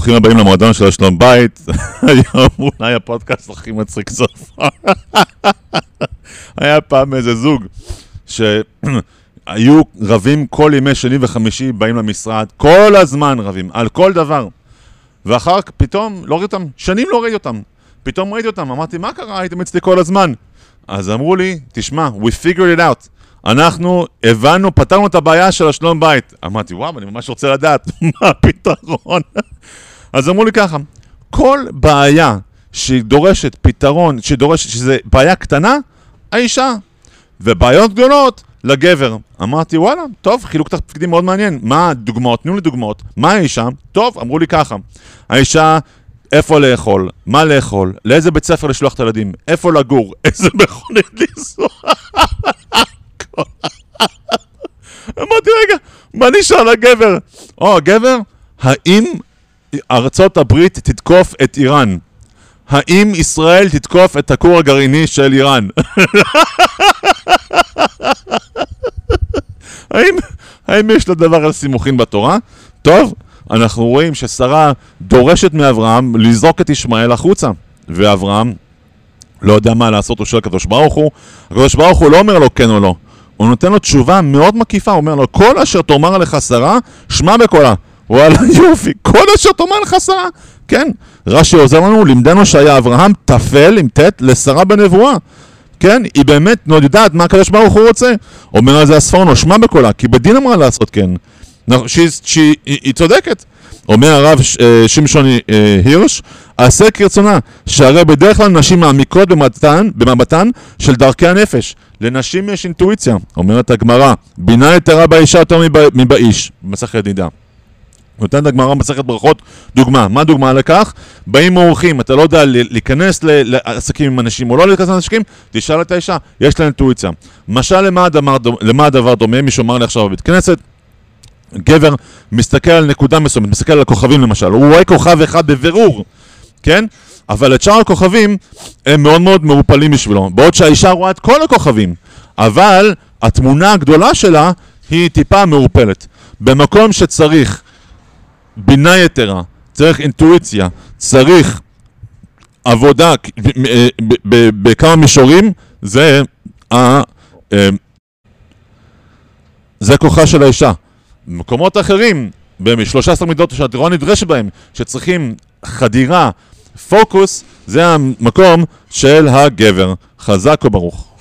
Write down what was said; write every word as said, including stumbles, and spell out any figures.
ברוכים הבאים למועדון של השלום בית. היום אולי הפודקאסט הכי מצחיק סוף. היה פעם איזה זוג שהיו רבים כל ימי שני וחמישי, באים למשרד, כל הזמן רבים, על כל דבר. ואחר כך פתאום לא ראיתי אותם, שנים לא ראיתי אותם. פתאום ראיתי אותם, אמרתי, מה קרה? הייתם אצלי כל הזמן. אז אמרו לי, תשמע, we figured it out. אנחנו הבנו, פתרנו את הבעיה של השלום בית. אמרתי, וואו, אני ממש רוצה לדעת מה הפתרון. אז אמרו לי ככה, כל בעיה שדורשת פתרון, שדורשת, שזה בעיה קטנה, האישה, ובעיות גדולות, לגבר. אמרתי, וואלה, טוב, חילוק תפקידים מאוד מעניין. מה הדוגמאות? תנו לי דוגמאות. מה האישה? טוב, אמרו לי ככה. האישה, איפה לאכול, מה לאכול, לאיזה בית ספר לשלוח את הילדים, איפה לגור, איזה מכונית לנסוע. אמרתי, רגע, מה נשאר לגבר? או, הגבר, האם ארצות הברית תתקוף את איראן? האם ישראל תתקוף את הכור הגרעיני של איראן? האם, האם יש לדבר על סימוכין בתורה? טוב, אנחנו רואים ששרה דורשת מאברהם לזרוק את ישמעאל החוצה. ואברהם לא יודע מה לעשות, הוא שואל הקדוש ברוך הוא. הקדוש ברוך הוא לא אומר לו כן או לא. הוא נותן לו תשובה מאוד מקיפה, הוא אומר לו, כל אשר תאמר עליך שרה, שמע בקולה. וואלה יופי, כל אשר תאמר עליך שרה. כן, רש"י עוזר לנו, לימדנו שהיה אברהם תפל עם תת לשרה בנבואה. כן, היא באמת יודעת מה הקדוש ברוך הוא רוצה. אומר על זה הספרנו, שמע בקולה, כי בדין אמרה לעשות כן. שהיא צודקת. אומר הרב שמשון הירש, עשה כרצונה, שהרי בדרך כלל נשים מעמיקות במבטן, במבטן של דרכי הנפש. לנשים יש אינטואיציה, אומרת הגמרא, בינה יתרה באישה יותר מבאיש, במסכת נידה. נותנת הגמרא במסכת ברכות דוגמה. מה דוגמה לכך? באים אורחים, אתה לא יודע להיכנס לעסקים עם אנשים או לא להיכנס לעסקים, תשאל את האישה, יש לה אינטואיציה. משל למה, למה הדבר דומה? מישהו אמר לי עכשיו בבית כנסת, גבר מסתכל על נקודה מסוימת, מסתכל על הכוכבים למשל, הוא רואה כוכב אחד בבירור, כן? אבל את שאר הכוכבים הם מאוד מאוד מעופלים בשבילו, בעוד שהאישה רואה את כל הכוכבים, אבל התמונה הגדולה שלה היא טיפה מעופלת. במקום שצריך בינה יתרה, צריך אינטואיציה, צריך עבודה בכמה מישורים, זה זה כוחה של האישה. במקומות אחרים, ב-שלוש עשרה מידות שהתורה נדרשת בהם, שצריכים חדירה, פוקוס, זה המקום של הגבר. חזק וברוך.